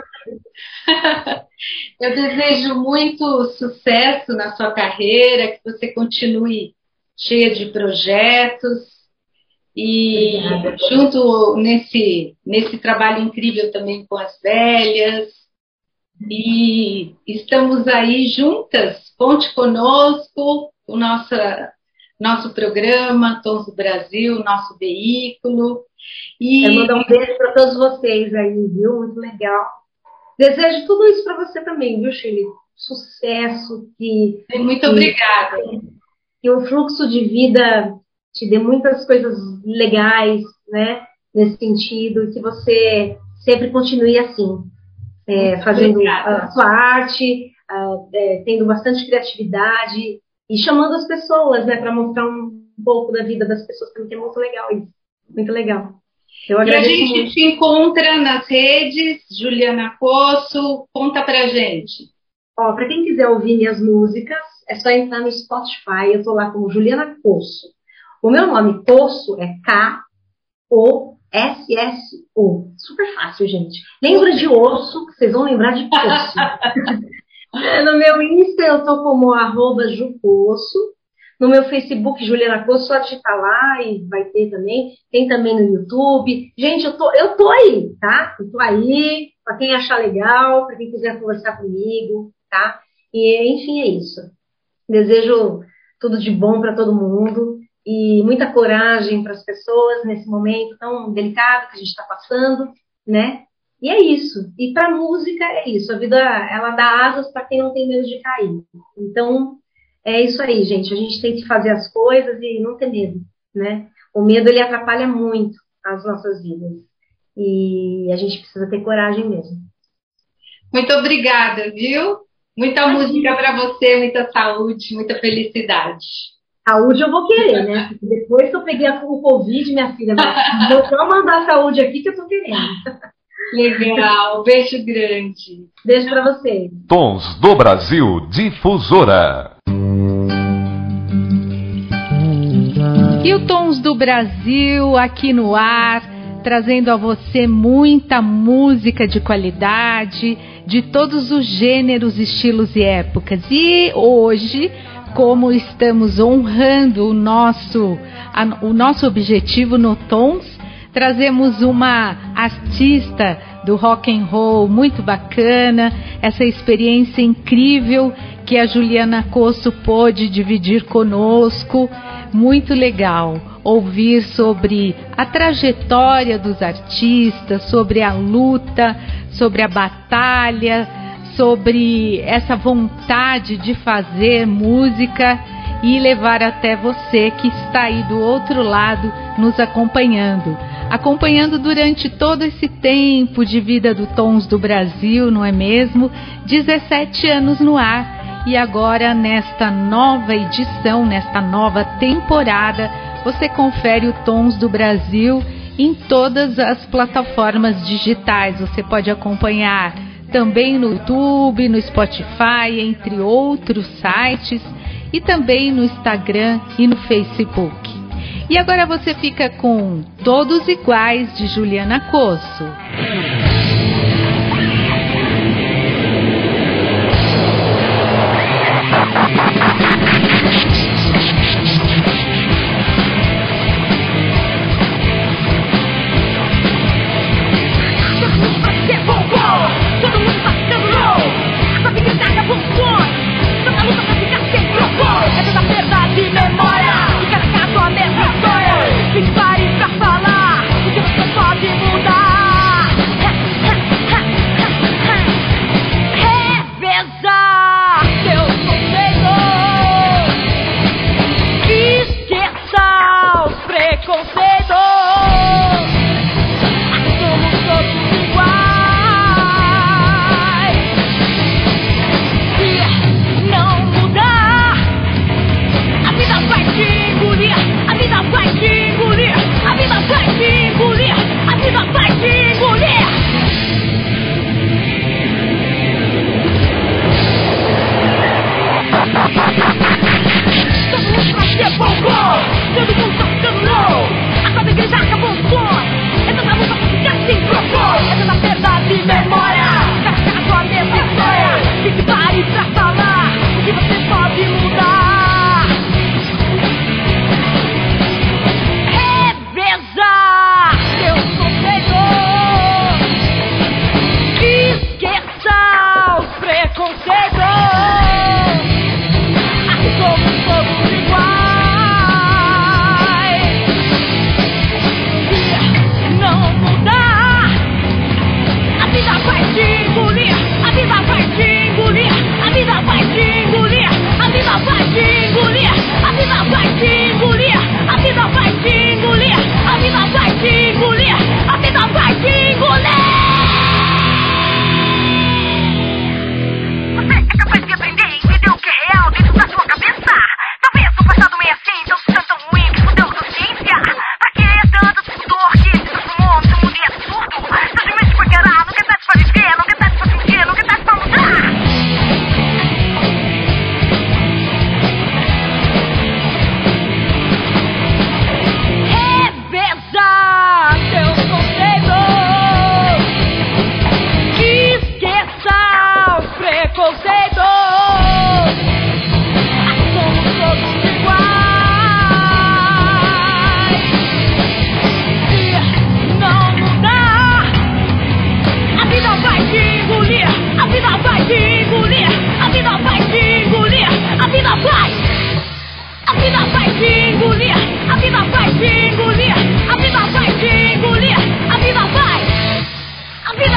eu desejo muito sucesso na sua carreira, que você continue cheia de projetos. E Obrigada. Junto nesse, nesse trabalho incrível também com as velhas. E estamos aí juntas. Conte conosco, o nosso, nosso programa, Tons do Brasil, nosso veículo. E... Eu mando um beijo para todos vocês aí, viu? Muito legal. Desejo tudo isso para você também, viu, Shirley? Sucesso. Que, Muito que, obrigada. Que o fluxo de vida te dê muitas coisas legais, né, nesse sentido, e que você sempre continue assim, é, fazendo obrigada. A sua arte, a, é, tendo bastante criatividade e chamando as pessoas, né, para mostrar um pouco da vida das pessoas também, que é muito legal isso, muito legal. Eu agradeço e a gente muito. te encontra nas redes, Juliana Cosso, conta pra gente. Ó, para quem quiser ouvir minhas músicas, é só entrar no Spotify, eu tô lá como Juliana Cosso. O meu nome, Cosso, é K O S S O. Super fácil, gente. Lembra de osso, que vocês vão lembrar de Cosso. No meu Insta, eu tô como arroba Jucosso. No meu Facebook, Juliana Cosso, só digitar lá e vai ter também. Tem também no YouTube. Gente, eu tô, eu tô aí, tá? Eu tô aí, pra quem achar legal, pra quem quiser conversar comigo, tá? E, enfim, é isso. Desejo tudo de bom pra todo mundo. e muita coragem para as pessoas nesse momento tão delicado que a gente está passando, né? E é isso. E para a música é isso. A vida, ela dá asas para quem não tem medo de cair. Então, é isso aí, gente. A gente tem que fazer as coisas e não ter medo, né? O medo, ele atrapalha muito as nossas vidas. E a gente precisa ter coragem mesmo. Muito obrigada, viu? Muita música para você, muita saúde, muita felicidade. Saúde eu vou querer, né? Porque depois que eu peguei o Covid, minha filha, vou só mandar saúde aqui que eu tô querendo. Legal, beijo grande. Beijo pra vocês. Tons do Brasil Difusora. E o Tons do Brasil aqui no ar, trazendo a você muita música de qualidade, de todos os gêneros, estilos e épocas. E hoje, como estamos honrando o nosso, a, o nosso objetivo no Tons, trazemos uma artista do rock and roll muito bacana, essa experiência incrível que a Juliana Cosso pôde dividir conosco. Muito legal ouvir sobre a trajetória dos artistas, sobre a luta, sobre a batalha, sobre essa vontade de fazer música e levar até você que está aí do outro lado nos acompanhando. Acompanhando durante todo esse tempo de vida do Tons do Brasil, não é mesmo? dezessete anos no ar. E agora, nesta nova edição, nesta nova temporada, você confere o Tons do Brasil em todas as plataformas digitais. Você pode acompanhar também no YouTube, no Spotify, entre outros sites, e também no Instagram e no Facebook. E agora você fica com Todos Iguais, de Juliana Cosso. Pare pra falar, o que você pode mudar.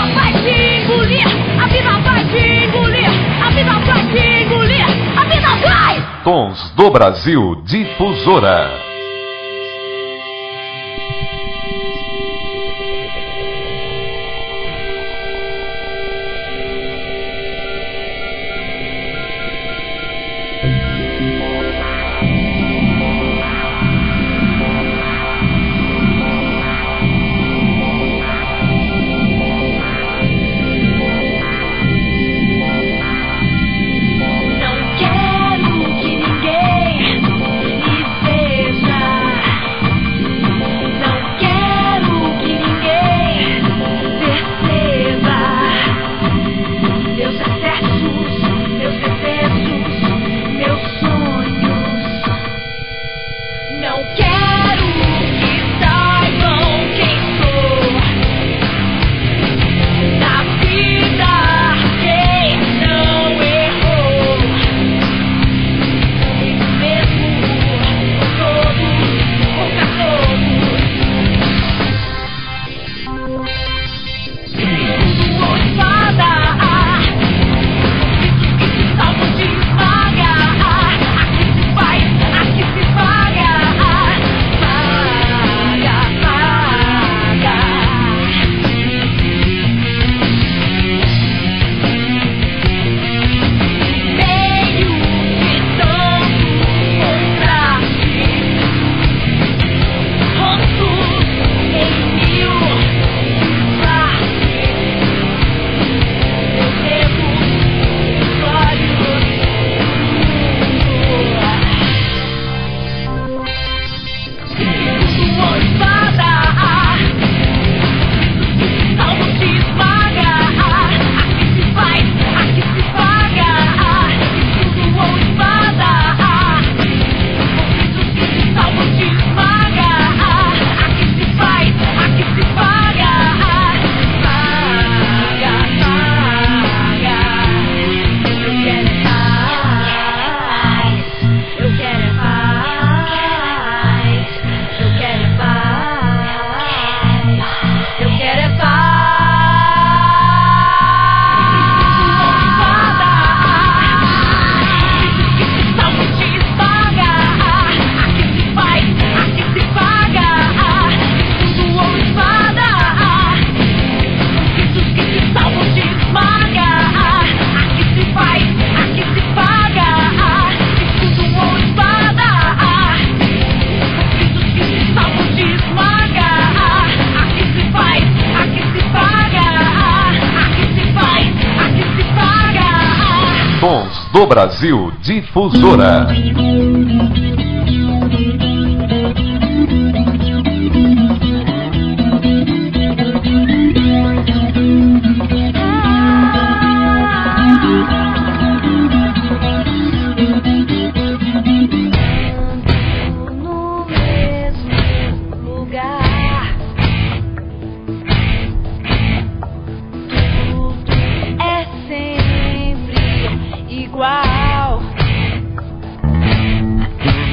vai te engolir, a vida vai te engolir, a vida vai te engolir, a vida vai! Tons do Brasil Difusora. do Brasil Difusora. Igual.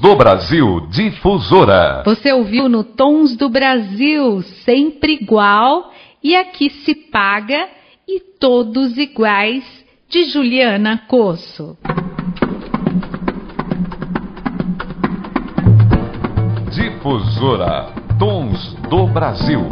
do Brasil Difusora. Você ouviu no Tons do Brasil, sempre igual, e aqui se paga, e todos iguais, de Juliana Cosso. Difusora, Tons do Brasil.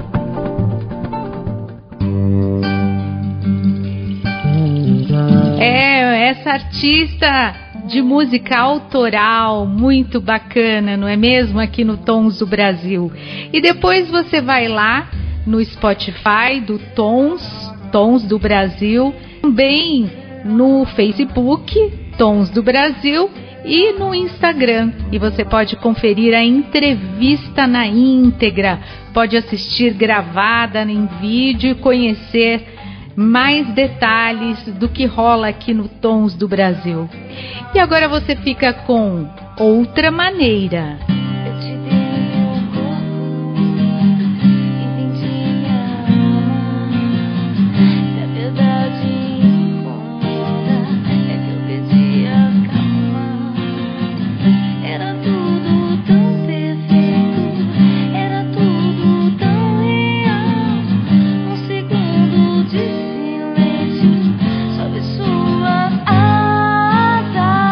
É, essa artista de música autoral, muito bacana, não é mesmo? Aqui no Tons do Brasil. E depois você vai lá no Spotify do Tons, Tons do Brasil, também no Facebook, Tons do Brasil, e no Instagram. E você pode conferir a entrevista na íntegra, pode assistir gravada em vídeo e conhecer mais detalhes do que rola aqui no Tons do Brasil. E agora você fica com Outra Maneira. Eu te dei meu corpo e senti minha alma. Se a verdade incomoda, é que eu perdi a calma. Era tudo tão perfeito, era tudo tão real. Um segundo de sob suas asas.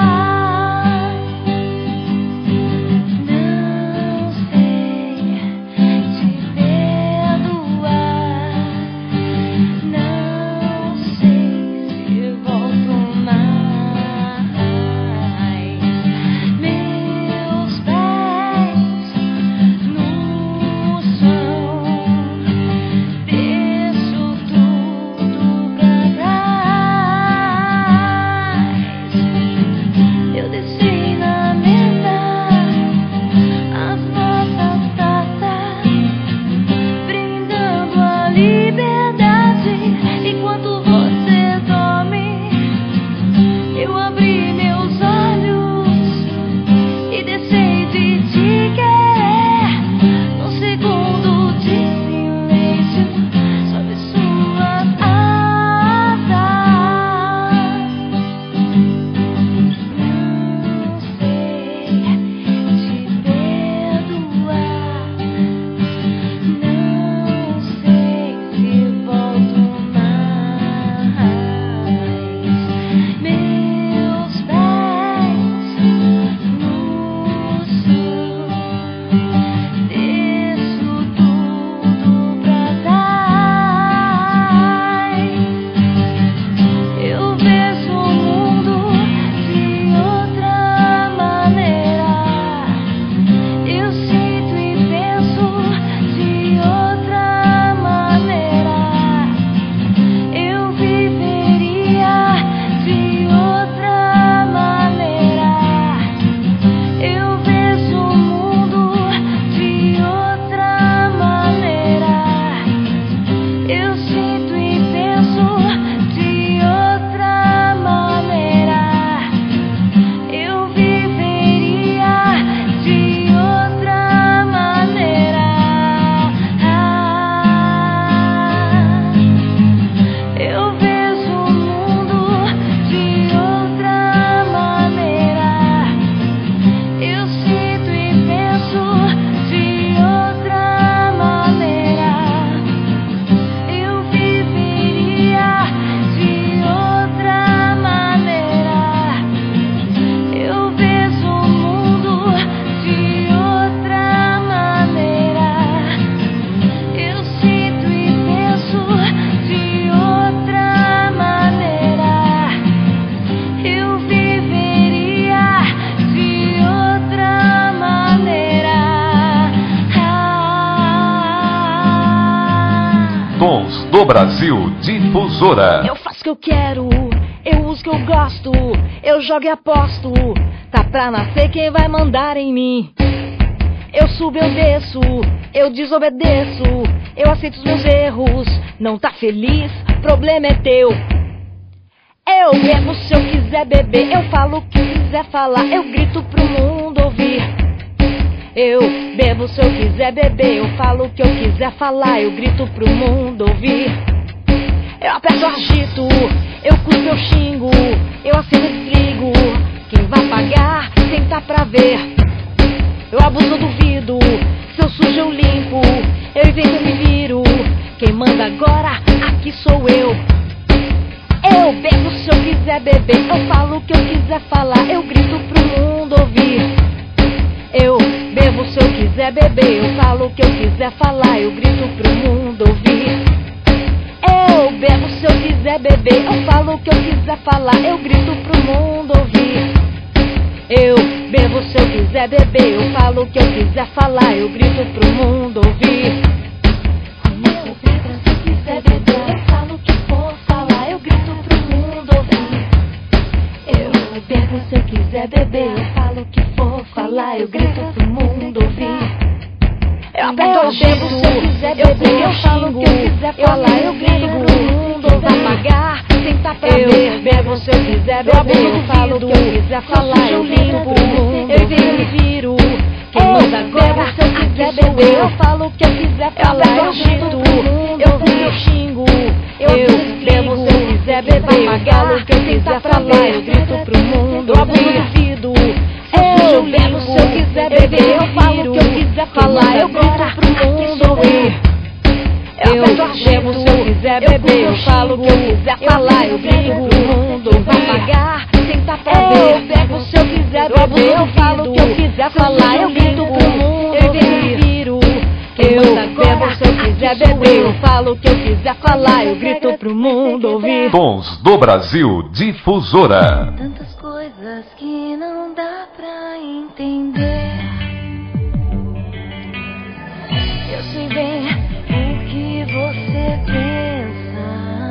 Não sei te perdoar, não sei se volto mais. Meus pés no chão, deixo tudo pra trás. Eu deixei na mesa as nossas taças, brindando a liberdade. Enquanto você dorme, eu abri meus olhos e deixei de te querer. Num segundo de silêncio, sob suas asas. Não sei te perdoar, não sei se volto mais. Meus pés no chão, deixo tudo pra trás. Eu vejo o mundo de outra maneira. Eu sinto e penso de outra maneira. Eu viveria de outra maneira. Eu vejo o mundo de outra maneira. Eu sinto e penso de outra maneira. Eu viveria de outra maneira. Eu vejo o mundo de outra maneira. Eu sinto e penso de outra maneira. Eu viveria de outra maneira. Eu vejo o mundo de outra maneira. Eu sinto e penso de outra maneira. Eu viveria de outra maneira. Tons do Brasil Difusora. Eu faço o que eu quero, eu uso o que eu gosto, eu jogo e aposto. Tá pra nascer quem vai mandar em mim. Eu subo, eu desço, eu desobedeço, eu aceito os meus erros. Não tá feliz, problema é teu. Eu bebo se eu quiser beber, eu falo o que quiser falar, eu grito pro mundo ouvir. Eu bebo se eu quiser beber, eu falo o que eu quiser falar, eu grito pro mundo ouvir. Eu aperto, eu agito, eu cuspo, eu xingo, eu acendo e desligo. Quem vai pagar senta pra ver. Eu abuso, eu duvido. Se eu sujo, eu limpo. Eu invento, eu me viro. Quem manda agora, aqui sou eu. Eu bebo se eu quiser beber. Eu falo o que eu quiser falar. Eu grito pro mundo ouvir. Eu bebo se eu quiser beber. Eu falo o que eu quiser falar. Eu grito pro mundo ouvir. Eu bebo se eu quiser beber. Eu falo o que eu quiser falar. Eu grito pro mundo ouvir. Eu bebo se eu quiser beber. Eu falo o que eu quiser falar. Eu grito pro mundo ouvir. Eu bebo se eu quiser beber. Eu falo o que for falar. Eu grito pro mundo ouvir. Eu bebo se eu quiser beber. Eu falo o que for falar. Eu grito pro mundo ouvir. Eu bebo se eu quiser beber. Eu falo o que eu quiser falar. Eu grito pro mundo ouvir. Vai pagar, senta pra ver. Eu bebo se eu quiser beber. Eu falo o que eu quiser falar. Eu limpo, eu venho e viro. Quem manda agora, se eu quiser beber. Eu falo o que eu quiser falar. Eu grito, eu venho, eu xingo. Eu bebo se eu quiser beber. Eu falo o que eu quiser falar. Eu grito pro mundo, eu duvido. Eu bebo se eu quiser beber. Eu falo o que eu quiser falar. Eu grito pro mundo ouvir. Eu bebo se eu quiser beber. Eu falo o que eu quiser falar. Eu grito pro mundo ouvir. Pagar, senta pra ver. Eu bebo se eu quiser beber. Eu falo o que eu quiser falar. Eu grito pro mundo ouvir. Eu bebo se eu quiser beber. Eu falo o que eu quiser falar. Eu grito pro mundo ouvir. Tons do Brasil Difusora. Tantas coisas que não dá pra entender. Eu sei bem o que você pensa,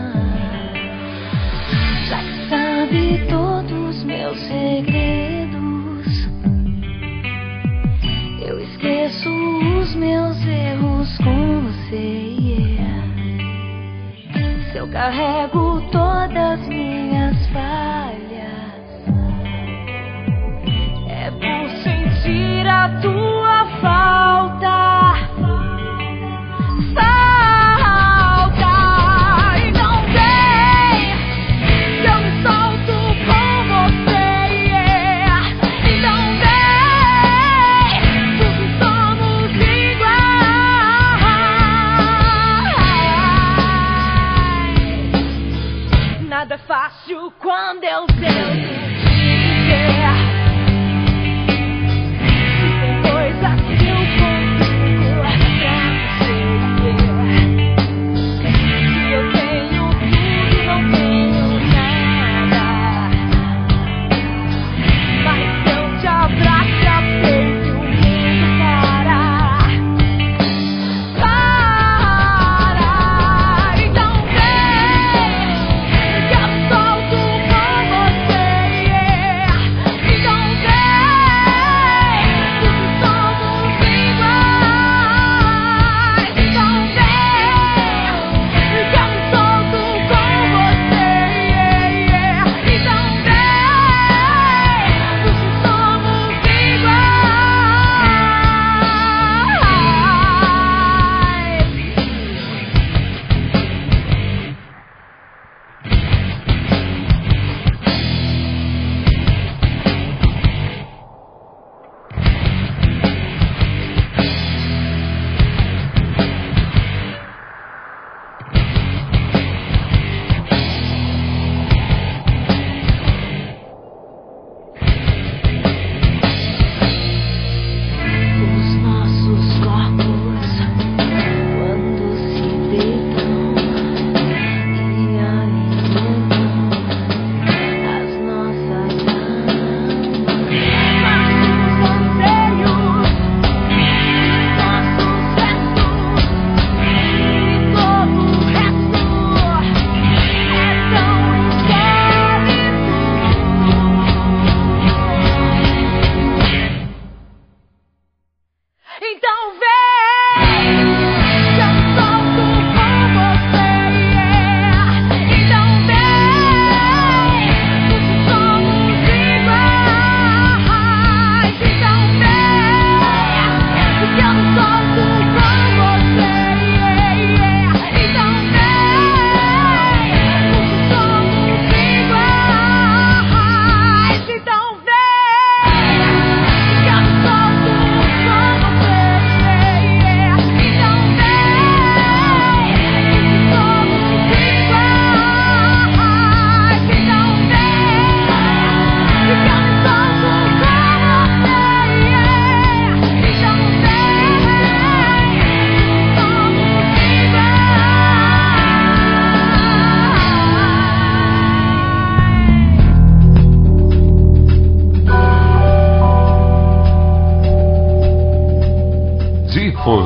já que sabe todos meus segredos. Eu esqueço os meus erros com você, yeah. Se eu carrego todas minhas falhas, é por sentir a tua falta. Falta. E não vem que eu me solto com você, yeah. E não vem porque somos iguais. Nada é fácil quando eu tento dizer. Tem coisas que eu consigo pra você. Se eu tenho tudo, não tenho nada. Mas se eu te abraço, já sei que o mundo para. Para. Então vem que eu solto com você.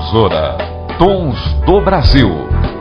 Difusora, Tons do Brasil.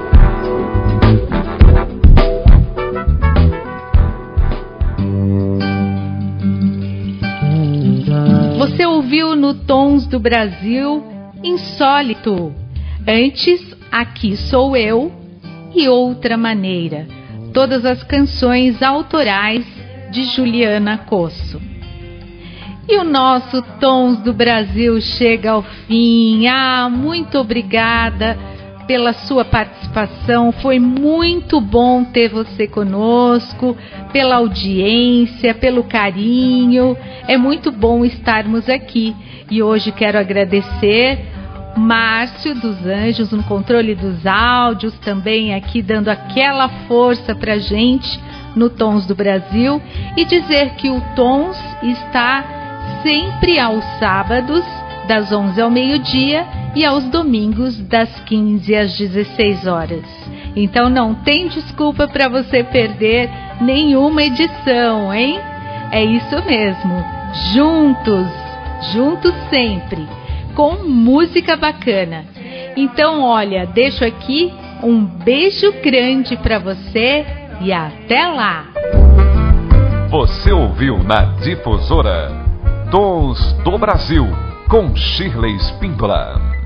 Você ouviu no Tons do Brasil Insólito. Antes, Aqui Sou Eu e Outra Maneira. Todas as canções autorais de Juliana Cosso. E o nosso Tons do Brasil chega ao fim. Ah, muito obrigada pela sua participação. Foi muito bom ter você conosco, pela audiência, pelo carinho. É muito bom estarmos aqui. E hoje quero agradecer Márcio dos Anjos no controle dos áudios, também aqui dando aquela força pra gente no Tons do Brasil, e dizer que o Tons está sempre aos sábados das onze ao meio-dia e aos domingos das quinze às dezesseis horas. Então não tem desculpa para você perder nenhuma edição, hein? É isso mesmo, juntos, juntos sempre, com música bacana. Então, olha, deixo aqui um beijo grande para você e até lá! Você ouviu na Difusora Tons do Brasil, com Shirley Spíndola.